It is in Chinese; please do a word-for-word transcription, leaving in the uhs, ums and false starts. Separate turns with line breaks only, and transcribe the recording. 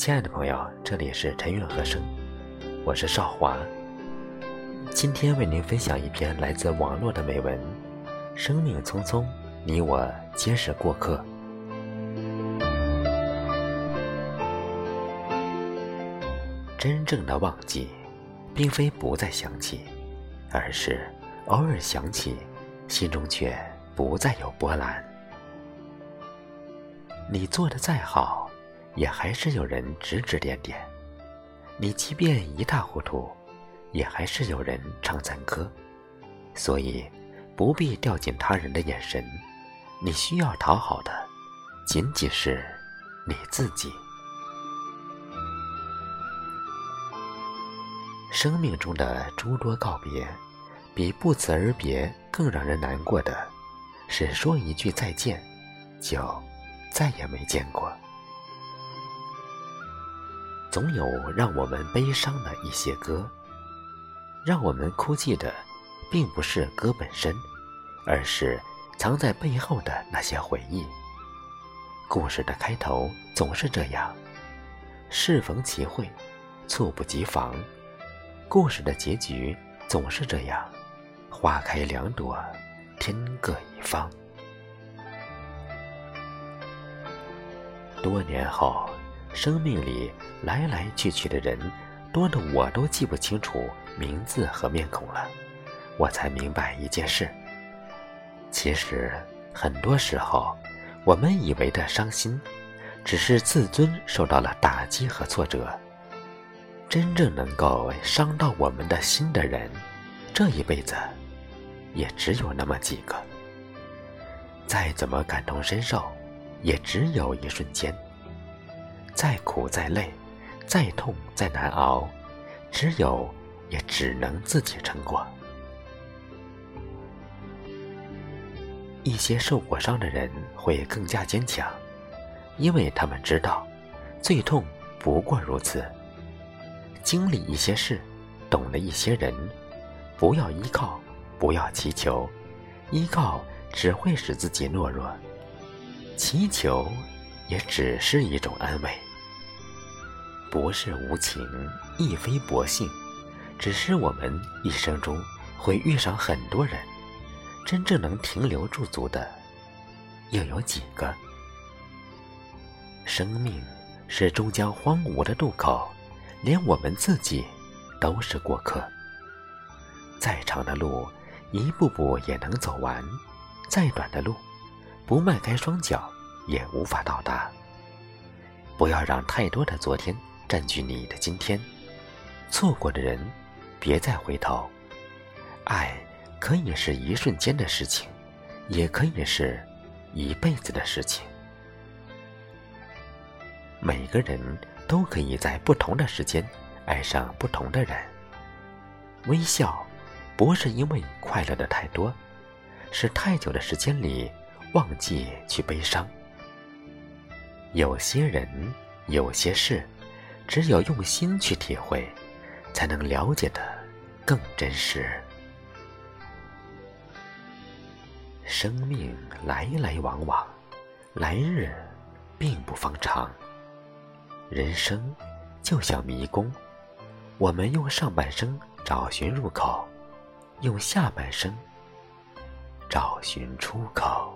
亲爱的朋友，这里是陈韵和声，我是少华。今天为您分享一篇来自网络的美文：生命匆匆，你我皆是过客。真正的忘记，并非不再想起，而是偶尔想起，心中却不再有波澜。你做得再好，也还是有人指指点点；你即便一塌糊涂，也还是有人唱赞歌。所以不必掉进他人的眼神，你需要讨好的仅仅是你自己。生命中的诸多告别，比不辞而别更让人难过的是说一句再见，就再也没见过。总有让我们悲伤的一些歌，让我们哭泣的并不是歌本身，而是藏在背后的那些回忆。故事的开头总是这样，适逢其会，猝不及防。故事的结局总是这样，花开两朵，天各一方。多年后，生命里来来去去的人多得我都记不清楚名字和面孔了，我才明白一件事。其实很多时候，我们以为的伤心，只是自尊受到了打击和挫折。真正能够伤到我们的心的人，这一辈子也只有那么几个。再怎么感同身受，也只有一瞬间。再苦再累，再痛再难熬，只有也只能自己撑过。一些受过伤的人会更加坚强，因为他们知道最痛不过如此。经历一些事，懂了一些人，不要依靠，不要祈求，依靠只会使自己懦弱，祈求也只是一种安慰。不是无情，亦非薄幸，只是我们一生中会遇上很多人，真正能停留驻足的又有几个？生命是终将荒芜的渡口，连我们自己都是过客。再长的路，一步步也能走完；再短的路，不迈开双脚也无法到达。不要让太多的昨天占据你的今天，错过的人别再回头。爱可以是一瞬间的事情，也可以是一辈子的事情。每个人都可以在不同的时间爱上不同的人。微笑不是因为快乐的太多，是太久的时间里忘记去悲伤。有些人，有些事，只有用心去体会，才能了解得更真实。生命来来往往，来日并不方长。人生就像迷宫，我们用上半生找寻入口，用下半生找寻出口。